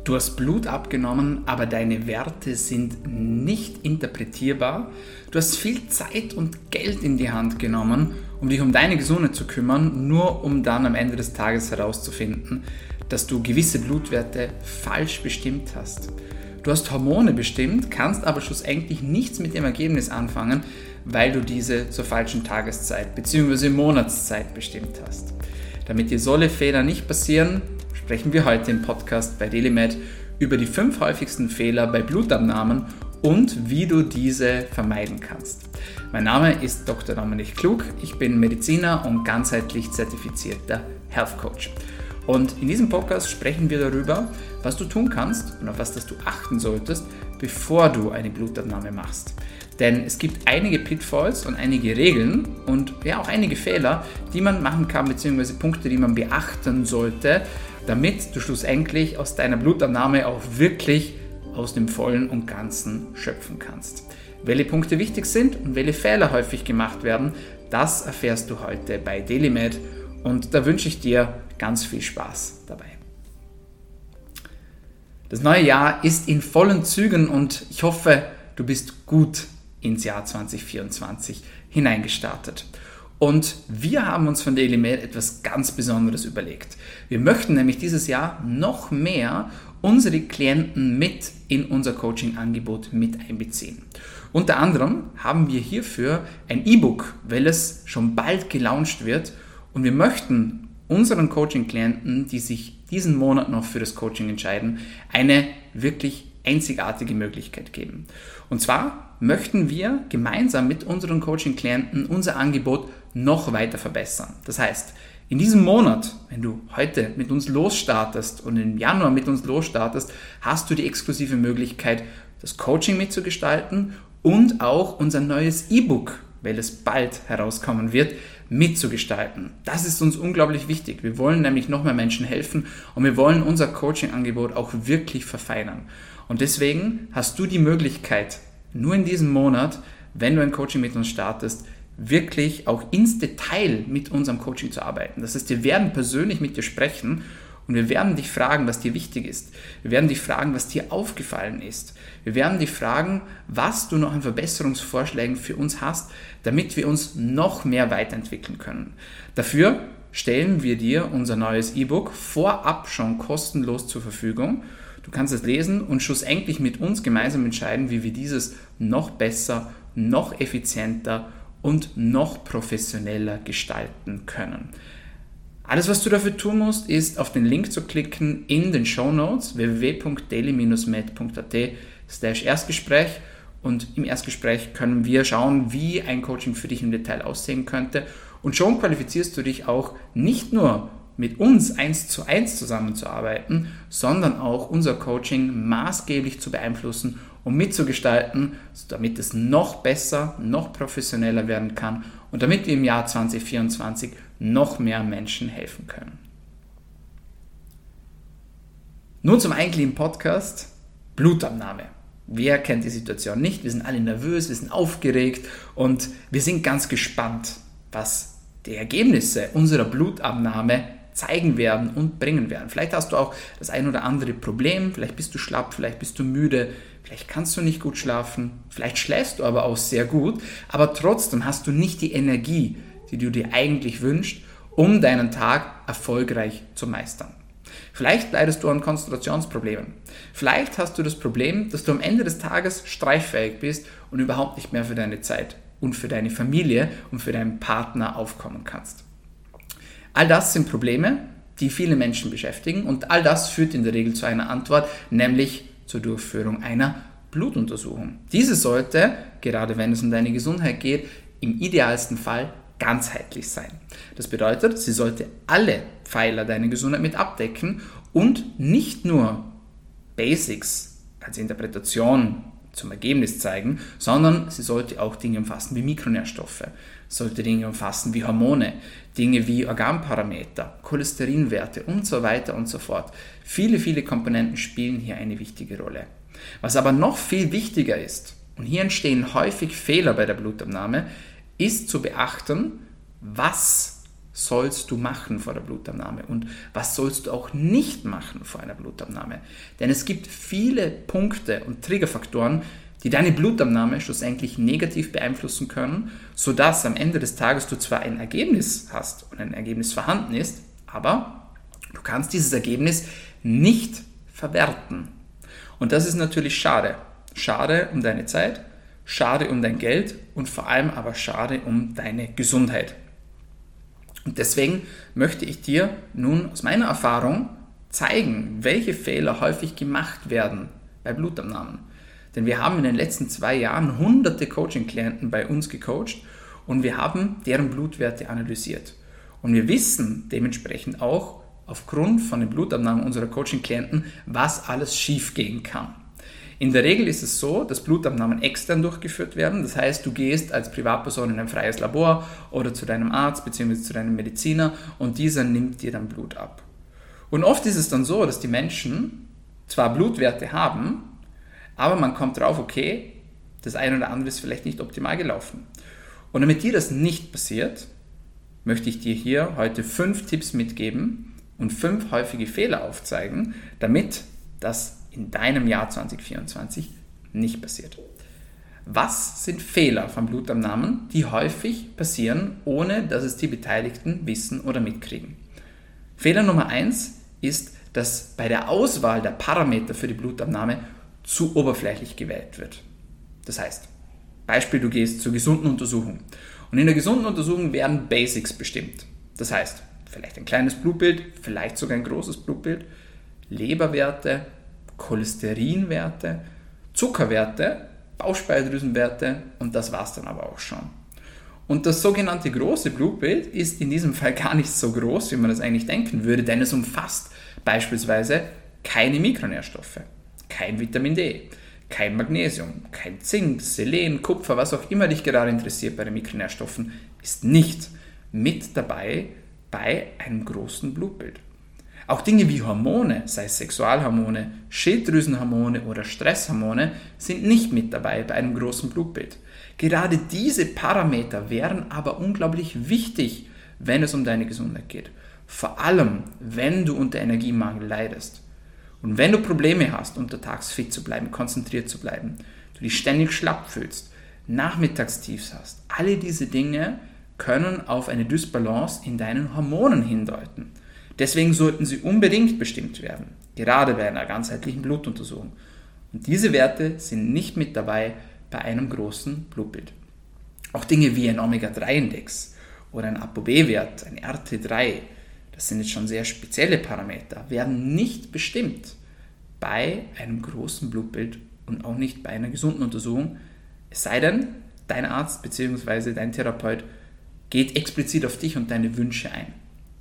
Du hast Blut abgenommen, aber deine Werte sind nicht interpretierbar. Du hast viel Zeit und Geld in die Hand genommen, um dich um deine Gesundheit zu kümmern, nur um dann am Ende des Tages herauszufinden, dass du gewisse Blutwerte falsch bestimmt hast. Du hast Hormone bestimmt, kannst aber schlussendlich nichts mit dem Ergebnis anfangen, weil du diese zur falschen Tageszeit bzw. Monatszeit bestimmt hast. Damit dir solche Fehler nicht passieren, sprechen wir heute im Podcast bei DailyMed über die 5 häufigsten Fehler bei Blutabnahmen und wie du diese vermeiden kannst. Mein Name ist Dr. Dominik Klug, ich bin Mediziner und ganzheitlich zertifizierter Health Coach. Und in diesem Podcast sprechen wir darüber, was du tun kannst und auf was du achten solltest, bevor du eine Blutabnahme machst. Denn es gibt einige Pitfalls und einige Regeln und auch einige Fehler, die man machen kann, bzw. Punkte, die man beachten sollte, damit du schlussendlich aus deiner Blutabnahme auch wirklich aus dem Vollen und Ganzen schöpfen kannst. Welche Punkte wichtig sind und welche Fehler häufig gemacht werden, das erfährst du heute bei DailyMed und da wünsche ich dir ganz viel Spaß dabei. Das neue Jahr ist in vollen Zügen und ich hoffe, du bist gut ins Jahr 2024 hineingestartet. Und wir haben uns von DailyMed etwas ganz Besonderes überlegt. Wir möchten nämlich dieses Jahr noch mehr unsere Klienten mit in unser Coaching-Angebot mit einbeziehen. Unter anderem haben wir hierfür ein E-Book, welches schon bald gelauncht wird und wir möchten unseren Coaching-Klienten, die sich diesen Monat noch für das Coaching entscheiden, eine wirklich einzigartige Möglichkeit geben. Und zwar möchten wir gemeinsam mit unseren Coaching-Klienten unser Angebot noch weiter verbessern. Das heißt, in diesem Monat, wenn du heute mit uns losstartest und im Januar mit uns losstartest, hast du die exklusive Möglichkeit, das Coaching mitzugestalten und auch unser neues E-Book, welches bald herauskommen wird, mitzugestalten. Das ist uns unglaublich wichtig. Wir wollen nämlich noch mehr Menschen helfen und wir wollen unser Coaching-Angebot auch wirklich verfeinern. Und deswegen hast du die Möglichkeit, nur in diesem Monat, wenn du ein Coaching mit uns startest, wirklich auch ins Detail mit unserem Coaching zu arbeiten. Das heißt, wir werden persönlich mit dir sprechen und wir werden dich fragen, was dir wichtig ist. Wir werden dich fragen, was dir aufgefallen ist. Wir werden dich fragen, was du noch an Verbesserungsvorschlägen für uns hast, damit wir uns noch mehr weiterentwickeln können. Dafür stellen wir dir unser neues E-Book vorab schon kostenlos zur Verfügung. Du kannst es lesen und schlussendlich mit uns gemeinsam entscheiden, wie wir dieses noch besser, noch effizienter und noch professioneller gestalten können. Alles, was du dafür tun musst, ist auf den Link zu klicken in den Shownotes www.daily-med.at/Erstgespräch und im Erstgespräch können wir schauen, wie ein Coaching für dich im Detail aussehen könnte und schon qualifizierst du dich auch nicht nur mit uns 1:1 zusammenzuarbeiten, sondern auch unser Coaching maßgeblich zu beeinflussen und mitzugestalten, damit es noch besser, noch professioneller werden kann und damit wir im Jahr 2024 noch mehr Menschen helfen können. Nun zum eigentlichen Podcast, Blutabnahme. Wer kennt die Situation nicht? Wir sind alle nervös, wir sind aufgeregt und wir sind ganz gespannt, was die Ergebnisse unserer Blutabnahme zeigen werden und bringen werden. Vielleicht hast du auch das ein oder andere Problem, vielleicht bist du schlapp, vielleicht bist du müde, vielleicht kannst du nicht gut schlafen, vielleicht schläfst du aber auch sehr gut, aber trotzdem hast du nicht die Energie, die du dir eigentlich wünschst, um deinen Tag erfolgreich zu meistern. Vielleicht leidest du an Konzentrationsproblemen. Vielleicht hast du das Problem, dass du am Ende des Tages streichfähig bist und überhaupt nicht mehr für deine Zeit und für deine Familie und für deinen Partner aufkommen kannst. All das sind Probleme, die viele Menschen beschäftigen und all das führt in der Regel zu einer Antwort, nämlich zur Durchführung einer Blutuntersuchung. Diese sollte, gerade wenn es um deine Gesundheit geht, im idealsten Fall ganzheitlich sein. Das bedeutet, sie sollte alle Pfeiler deiner Gesundheit mit abdecken und nicht nur Basics als Interpretation zum Ergebnis zeigen, sondern sie sollte auch Dinge umfassen wie Mikronährstoffe, sollte Dinge umfassen wie Hormone, Dinge wie Organparameter, Cholesterinwerte und so weiter und so fort. Viele, viele Komponenten spielen hier eine wichtige Rolle. Was aber noch viel wichtiger ist, und hier entstehen häufig Fehler bei der Blutabnahme, ist zu beachten, was sollst du machen vor der Blutabnahme und was sollst du auch nicht machen vor einer Blutabnahme. Denn es gibt viele Punkte und Triggerfaktoren, die deine Blutabnahme schlussendlich negativ beeinflussen können, sodass am Ende des Tages du zwar ein Ergebnis hast und ein Ergebnis vorhanden ist, aber du kannst dieses Ergebnis nicht verwerten. Und das ist natürlich schade. Schade um deine Zeit, schade um dein Geld und vor allem aber schade um deine Gesundheit. Und deswegen möchte ich dir nun aus meiner Erfahrung zeigen, welche Fehler häufig gemacht werden bei Blutabnahmen. Denn wir haben in den letzten 2 Jahren hunderte Coaching-Klienten bei uns gecoacht und wir haben deren Blutwerte analysiert. Und wir wissen dementsprechend auch aufgrund von den Blutabnahmen unserer Coaching-Klienten, was alles schief gehen kann. In der Regel ist es so, dass Blutabnahmen extern durchgeführt werden. Das heißt, du gehst als Privatperson in ein freies Labor oder zu deinem Arzt bzw. zu deinem Mediziner und dieser nimmt dir dann Blut ab. Und oft ist es dann so, dass die Menschen zwar Blutwerte haben, aber man kommt drauf, okay, das eine oder andere ist vielleicht nicht optimal gelaufen. Und damit dir das nicht passiert, möchte ich dir hier heute 5 Tipps mitgeben und 5 häufige Fehler aufzeigen, damit das in deinem Jahr 2024 nicht passiert. Was sind Fehler von Blutabnahmen, die häufig passieren, ohne dass es die Beteiligten wissen oder mitkriegen? Fehler Nummer 1 ist, dass bei der Auswahl der Parameter für die Blutabnahme zu oberflächlich gewählt wird. Das heißt, Beispiel, du gehst zur gesunden Untersuchung und in der gesunden Untersuchung werden Basics bestimmt. Das heißt, vielleicht ein kleines Blutbild, vielleicht sogar ein großes Blutbild, Leberwerte, Cholesterinwerte, Zuckerwerte, Bauchspeicheldrüsenwerte und das war's dann aber auch schon. Und das sogenannte große Blutbild ist in diesem Fall gar nicht so groß, wie man das eigentlich denken würde, denn es umfasst beispielsweise keine Mikronährstoffe, kein Vitamin D, kein Magnesium, kein Zink, Selen, Kupfer, was auch immer dich gerade interessiert bei den Mikronährstoffen, ist nicht mit dabei bei einem großen Blutbild. Auch Dinge wie Hormone, sei es Sexualhormone, Schilddrüsenhormone oder Stresshormone, sind nicht mit dabei bei einem großen Blutbild. Gerade diese Parameter wären aber unglaublich wichtig, wenn es um deine Gesundheit geht. Vor allem, wenn du unter Energiemangel leidest. Und wenn du Probleme hast, untertags fit zu bleiben, konzentriert zu bleiben, du dich ständig schlapp fühlst, Nachmittagstiefs hast, alle diese Dinge können auf eine Dysbalance in deinen Hormonen hindeuten. Deswegen sollten sie unbedingt bestimmt werden, gerade bei einer ganzheitlichen Blutuntersuchung. Und diese Werte sind nicht mit dabei bei einem großen Blutbild. Auch Dinge wie ein Omega-3-Index oder ein ApoB-Wert, ein RT3, das sind jetzt schon sehr spezielle Parameter, werden nicht bestimmt bei einem großen Blutbild und auch nicht bei einer gesunden Untersuchung, es sei denn, dein Arzt bzw. dein Therapeut geht explizit auf dich und deine Wünsche ein.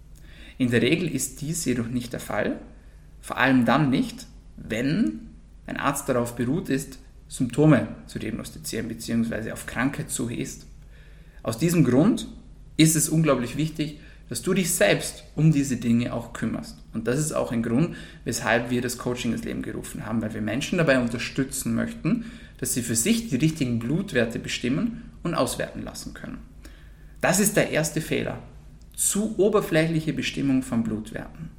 In der Regel ist dies jedoch nicht der Fall, vor allem dann nicht, wenn ein Arzt darauf beruht ist, Symptome zu diagnostizieren bzw. auf Krankheit zu ist. Aus diesem Grund ist es unglaublich wichtig, dass du dich selbst um diese Dinge auch kümmerst. Und das ist auch ein Grund, weshalb wir das Coaching ins Leben gerufen haben, weil wir Menschen dabei unterstützen möchten, dass sie für sich die richtigen Blutwerte bestimmen und auswerten lassen können. Das ist der erste Fehler. Zu oberflächliche Bestimmung von Blutwerten.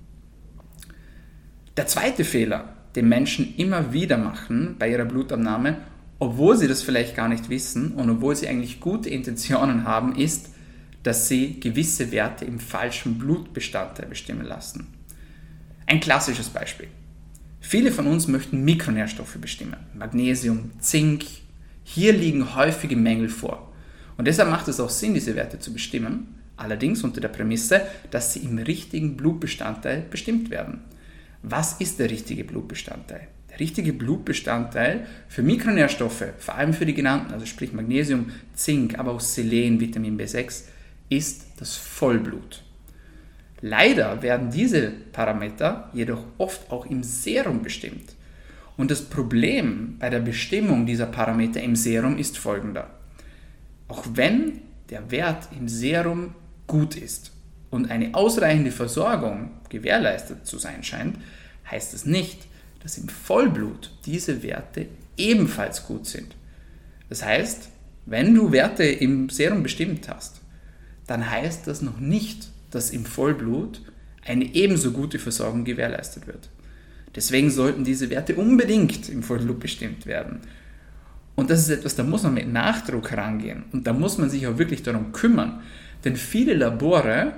Der zweite Fehler, den Menschen immer wieder machen bei ihrer Blutabnahme, obwohl sie das vielleicht gar nicht wissen und obwohl sie eigentlich gute Intentionen haben, ist, dass sie gewisse Werte im falschen Blutbestandteil bestimmen lassen. Ein klassisches Beispiel. Viele von uns möchten Mikronährstoffe bestimmen, Magnesium, Zink. Hier liegen häufige Mängel vor. Und deshalb macht es auch Sinn, diese Werte zu bestimmen, allerdings unter der Prämisse, dass sie im richtigen Blutbestandteil bestimmt werden. Was ist der richtige Blutbestandteil? Der richtige Blutbestandteil für Mikronährstoffe, vor allem für die genannten, also sprich Magnesium, Zink, aber auch Selen, Vitamin B6, ist das Vollblut. Leider werden diese Parameter jedoch oft auch im Serum bestimmt. Und das Problem bei der Bestimmung dieser Parameter im Serum ist folgender. Auch wenn der Wert im Serum gut ist und eine ausreichende Versorgung gewährleistet zu sein scheint, heißt es nicht, dass im Vollblut diese Werte ebenfalls gut sind. Das heißt, wenn du Werte im Serum bestimmt hast, dann heißt das noch nicht, dass im Vollblut eine ebenso gute Versorgung gewährleistet wird. Deswegen sollten diese Werte unbedingt im Vollblut bestimmt werden. Und das ist etwas, da muss man mit Nachdruck rangehen und da muss man sich auch wirklich darum kümmern. Denn viele Labore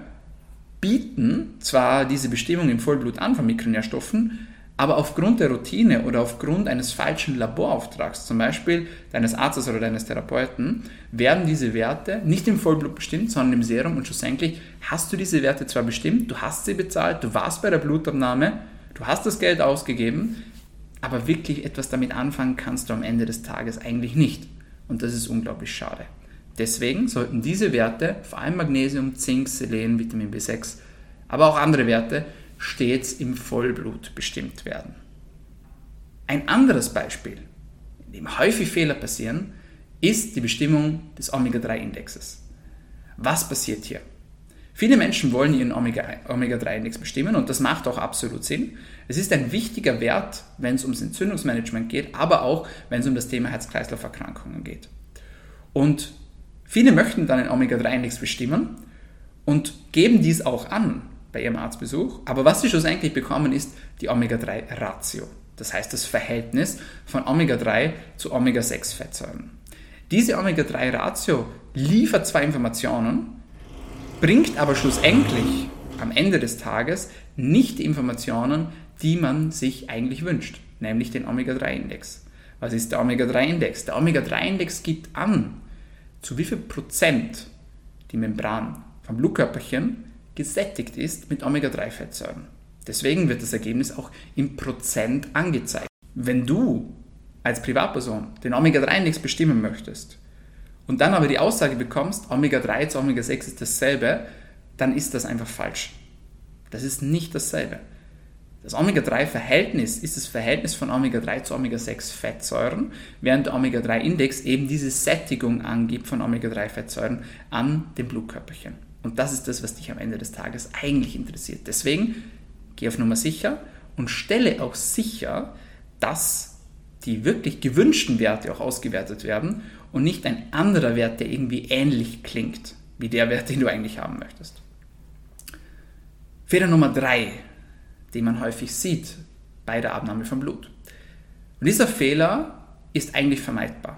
bieten zwar diese Bestimmung im Vollblut an von Mikronährstoffen, aber aufgrund der Routine oder aufgrund eines falschen Laborauftrags, zum Beispiel deines Arztes oder deines Therapeuten, werden diese Werte nicht im Vollblut bestimmt, sondern im Serum und schlussendlich hast du diese Werte zwar bestimmt, du hast sie bezahlt, du warst bei der Blutabnahme, du hast das Geld ausgegeben, aber wirklich etwas damit anfangen kannst du am Ende des Tages eigentlich nicht. Und das ist unglaublich schade. Deswegen sollten diese Werte, vor allem Magnesium, Zink, Selen, Vitamin B6, aber auch andere Werte, stets im Vollblut bestimmt werden. Ein anderes Beispiel, in dem häufig Fehler passieren, ist die Bestimmung des Omega-3-Indexes. Was passiert hier? Viele Menschen wollen ihren Omega-3-Index bestimmen und das macht auch absolut Sinn. Es ist ein wichtiger Wert, wenn es ums Entzündungsmanagement geht, aber auch, wenn es um das Thema Herz-Kreislauf-Erkrankungen geht. Und viele möchten dann einen Omega-3-Index bestimmen und geben dies auch an bei ihrem Arztbesuch, aber was sie schlussendlich bekommen, ist die Omega-3-Ratio. Das heißt das Verhältnis von Omega-3 zu Omega-6-Fettsäuren. Diese Omega-3-Ratio liefert zwar Informationen, bringt aber schlussendlich am Ende des Tages nicht die Informationen, die man sich eigentlich wünscht, nämlich den Omega-3-Index. Was ist der Omega-3-Index? Der Omega-3-Index gibt an, zu wie viel Prozent die Membran vom Blutkörperchen gesättigt ist mit Omega-3-Fettsäuren. Deswegen wird das Ergebnis auch im Prozent angezeigt. Wenn du als Privatperson den Omega-3-Index bestimmen möchtest und dann aber die Aussage bekommst, Omega-3 zu Omega-6 ist dasselbe, dann ist das einfach falsch. Das ist nicht dasselbe. Das Omega-3-Verhältnis ist das Verhältnis von Omega-3 zu Omega-6-Fettsäuren, während der Omega-3-Index eben diese Sättigung angibt von Omega-3-Fettsäuren an den Blutkörperchen. Und das ist das, was dich am Ende des Tages eigentlich interessiert. Deswegen geh auf Nummer sicher und stelle auch sicher, dass die wirklich gewünschten Werte auch ausgewertet werden und nicht ein anderer Wert, der irgendwie ähnlich klingt, wie der Wert, den du eigentlich haben möchtest. Fehler Nummer 3, den man häufig sieht bei der Abnahme von Blut. Und dieser Fehler ist eigentlich vermeidbar.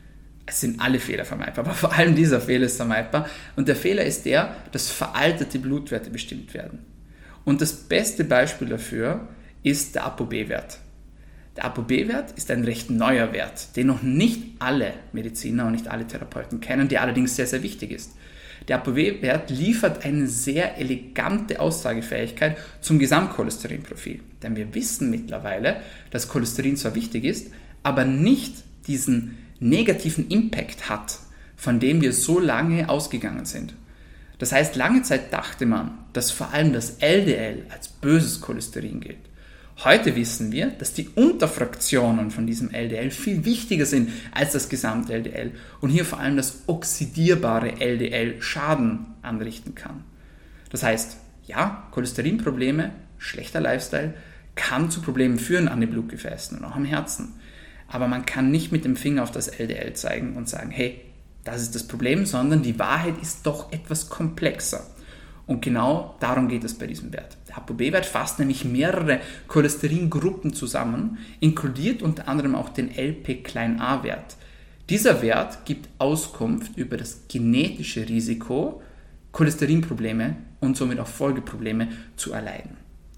Es sind alle Fehler vermeidbar, aber vor allem dieser Fehler ist vermeidbar. Und der Fehler ist der, dass veraltete Blutwerte bestimmt werden. Und das beste Beispiel dafür ist der ApoB-Wert. Der ApoB-Wert ist ein recht neuer Wert, den noch nicht alle Mediziner und nicht alle Therapeuten kennen, der allerdings sehr, sehr wichtig ist. Der ApoB-Wert liefert eine sehr elegante Aussagefähigkeit zum Gesamtcholesterinprofil. Denn wir wissen mittlerweile, dass Cholesterin zwar wichtig ist, aber nicht diesen negativen Impact hat, von dem wir so lange ausgegangen sind. Das heißt, lange Zeit dachte man, dass vor allem das LDL als böses Cholesterin gilt. Heute wissen wir, dass die Unterfraktionen von diesem LDL viel wichtiger sind als das Gesamt-LDL und hier vor allem das oxidierbare LDL Schaden anrichten kann. Das heißt, ja, Cholesterinprobleme, schlechter Lifestyle kann zu Problemen führen an den Blutgefäßen und auch am Herzen. Aber man kann nicht mit dem Finger auf das LDL zeigen und sagen, hey, das ist das Problem, sondern die Wahrheit ist doch etwas komplexer. Und genau darum geht es bei diesem Wert. Der ApoB-Wert fasst nämlich mehrere Cholesteringruppen zusammen, inkludiert unter anderem auch den LP-Wert. Dieser Wert gibt Auskunft über das genetische Risiko, Cholesterinprobleme und somit auch Folgeprobleme zu erleiden.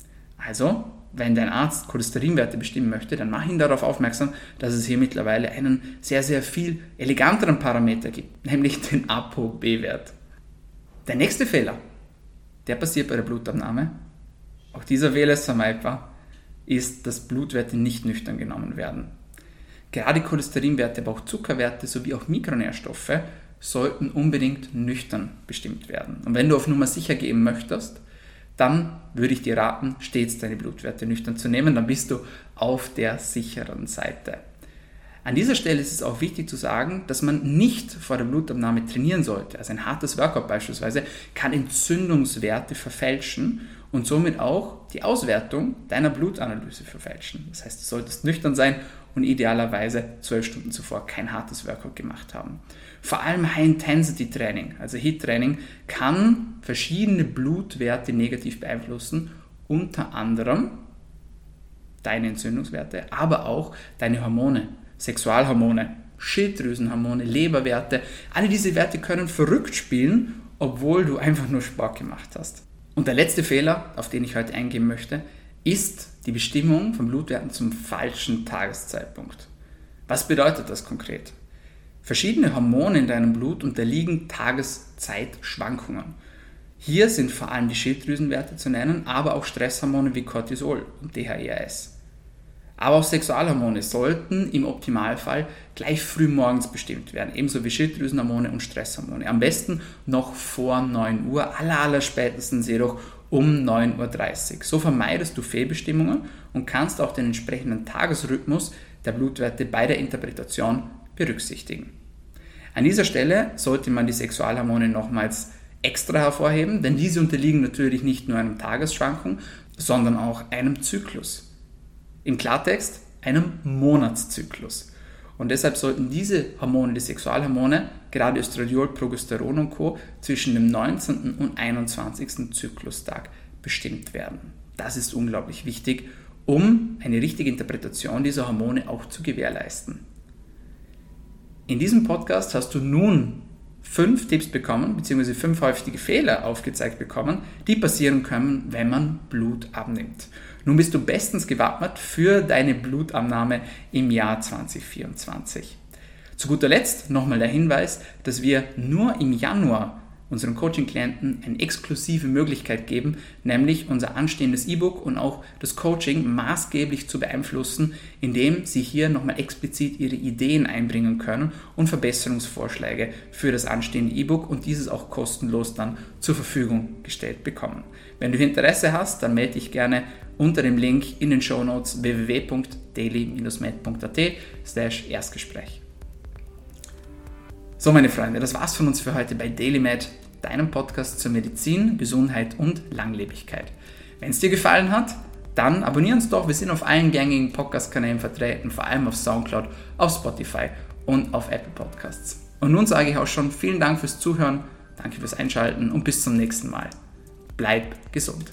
Also, wenn dein Arzt Cholesterinwerte bestimmen möchte, dann mach ihn darauf aufmerksam, dass es hier mittlerweile einen sehr, sehr viel eleganteren Parameter gibt, nämlich den ApoB-Wert. Der nächste Fehler, der passiert bei der Blutabnahme, auch dieser Fehler ist vermeidbar, ist, dass Blutwerte nicht nüchtern genommen werden. Gerade Cholesterinwerte, aber auch Zuckerwerte sowie auch Mikronährstoffe sollten unbedingt nüchtern bestimmt werden. Und wenn du auf Nummer sicher gehen möchtest, dann würde ich dir raten, stets deine Blutwerte nüchtern zu nehmen, dann bist du auf der sicheren Seite. An dieser Stelle ist es auch wichtig zu sagen, dass man nicht vor der Blutabnahme trainieren sollte. Also ein hartes Workout beispielsweise kann Entzündungswerte verfälschen und somit auch die Auswertung deiner Blutanalyse verfälschen. Das heißt, du solltest nüchtern sein und idealerweise 12 Stunden zuvor kein hartes Workout gemacht haben. Vor allem High-Intensity-Training, also HIIT-Training, kann verschiedene Blutwerte negativ beeinflussen, unter anderem deine Entzündungswerte, aber auch deine Hormone, Sexualhormone, Schilddrüsenhormone, Leberwerte. Alle diese Werte können verrückt spielen, obwohl du einfach nur Sport gemacht hast. Und der letzte Fehler, auf den ich heute eingehen möchte, ist die Bestimmung von Blutwerten zum falschen Tageszeitpunkt. Was bedeutet das konkret? Verschiedene Hormone in deinem Blut unterliegen Tageszeitschwankungen. Hier sind vor allem die Schilddrüsenwerte zu nennen, aber auch Stresshormone wie Cortisol und DHEAS. Aber auch Sexualhormone sollten im Optimalfall gleich früh morgens bestimmt werden, ebenso wie Schilddrüsenhormone und Stresshormone. Am besten noch vor 9 Uhr, allerspätestens jedoch um 9.30 Uhr. So vermeidest du Fehlbestimmungen und kannst auch den entsprechenden Tagesrhythmus der Blutwerte bei der Interpretation berücksichtigen. An dieser Stelle sollte man die Sexualhormone nochmals extra hervorheben, denn diese unterliegen natürlich nicht nur einer Tagesschwankung, sondern auch einem Zyklus. Im Klartext, einem Monatszyklus. Und deshalb sollten diese Hormone, die Sexualhormone, gerade Östradiol, Progesteron und Co., zwischen dem 19. und 21. Zyklustag bestimmt werden. Das ist unglaublich wichtig, um eine richtige Interpretation dieser Hormone auch zu gewährleisten. In diesem Podcast hast du nun 5 Tipps bekommen, beziehungsweise 5 häufige Fehler aufgezeigt bekommen, die passieren können, wenn man Blut abnimmt. Nun bist du bestens gewappnet für deine Blutabnahme im Jahr 2024. Zu guter Letzt nochmal der Hinweis, dass wir nur im Januar unseren Coaching-Klienten eine exklusive Möglichkeit geben, nämlich unser anstehendes E-Book und auch das Coaching maßgeblich zu beeinflussen, indem sie hier nochmal explizit ihre Ideen einbringen können und Verbesserungsvorschläge für das anstehende E-Book und dieses auch kostenlos dann zur Verfügung gestellt bekommen. Wenn du Interesse hast, dann melde dich gerne unter dem Link in den Shownotes www.daily-med.at/Erstgespräch. So meine Freunde, das war's von uns für heute bei DailyMed, deinem Podcast zur Medizin, Gesundheit und Langlebigkeit. Wenn es dir gefallen hat, dann abonnier uns doch. Wir sind auf allen gängigen Podcast-Kanälen vertreten, vor allem auf Soundcloud, auf Spotify und auf Apple Podcasts. Und nun sage ich auch schon vielen Dank fürs Zuhören, danke fürs Einschalten und bis zum nächsten Mal. Bleib gesund.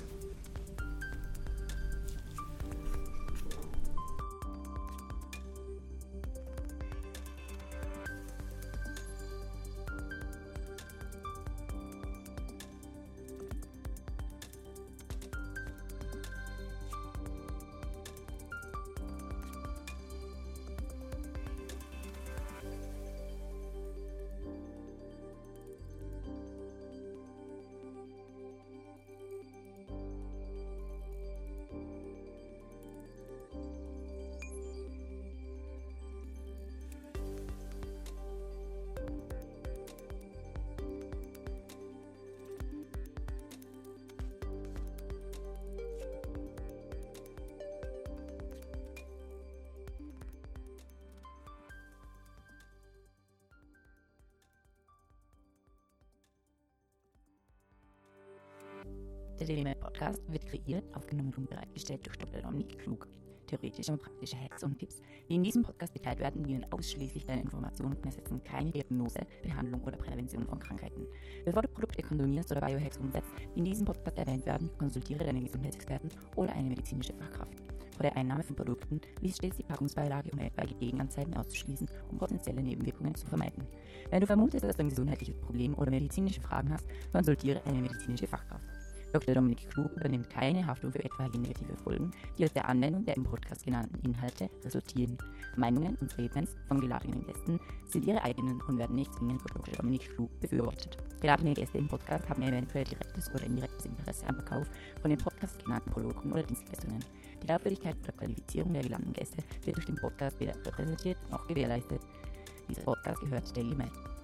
Der DailyMed-Podcast wird kreiert, aufgenommen und bereitgestellt durch Dr. Dominik Klug. Theoretische und praktische Hacks und Tipps, die in diesem Podcast geteilt werden, dienen ausschließlich deiner Information und ersetzen keine Diagnose, Behandlung oder Prävention von Krankheiten. Bevor du Produkte konsumierst oder Biohacks umsetzt, die in diesem Podcast erwähnt werden, konsultiere deinen Gesundheitsexperten oder eine medizinische Fachkraft. Vor der Einnahme von Produkten lies stets die Packungsbeilage, um etwaige Gegenanzeigen auszuschließen, um potenzielle Nebenwirkungen zu vermeiden. Wenn du vermutest, dass du ein gesundheitliches Problem oder medizinische Fragen hast, konsultiere eine medizinische Fachkraft. Dr. Dominik Klug übernimmt keine Haftung für etwaige negative Folgen, die aus der Anwendung der im Podcast genannten Inhalte resultieren. Meinungen und Statements von geladenen Gästen sind ihre eigenen und werden nicht zwingend von Dr. Dominik Klug befürwortet. Geladene Gäste im Podcast haben eventuell direktes oder indirektes Interesse am Verkauf von den Podcast genannten Produkten oder Dienstleistungen. Die Glaubwürdigkeit oder Qualifizierung der geladenen Gäste wird durch den Podcast weder repräsentiert noch gewährleistet. Dieser Podcast gehört DailyMed.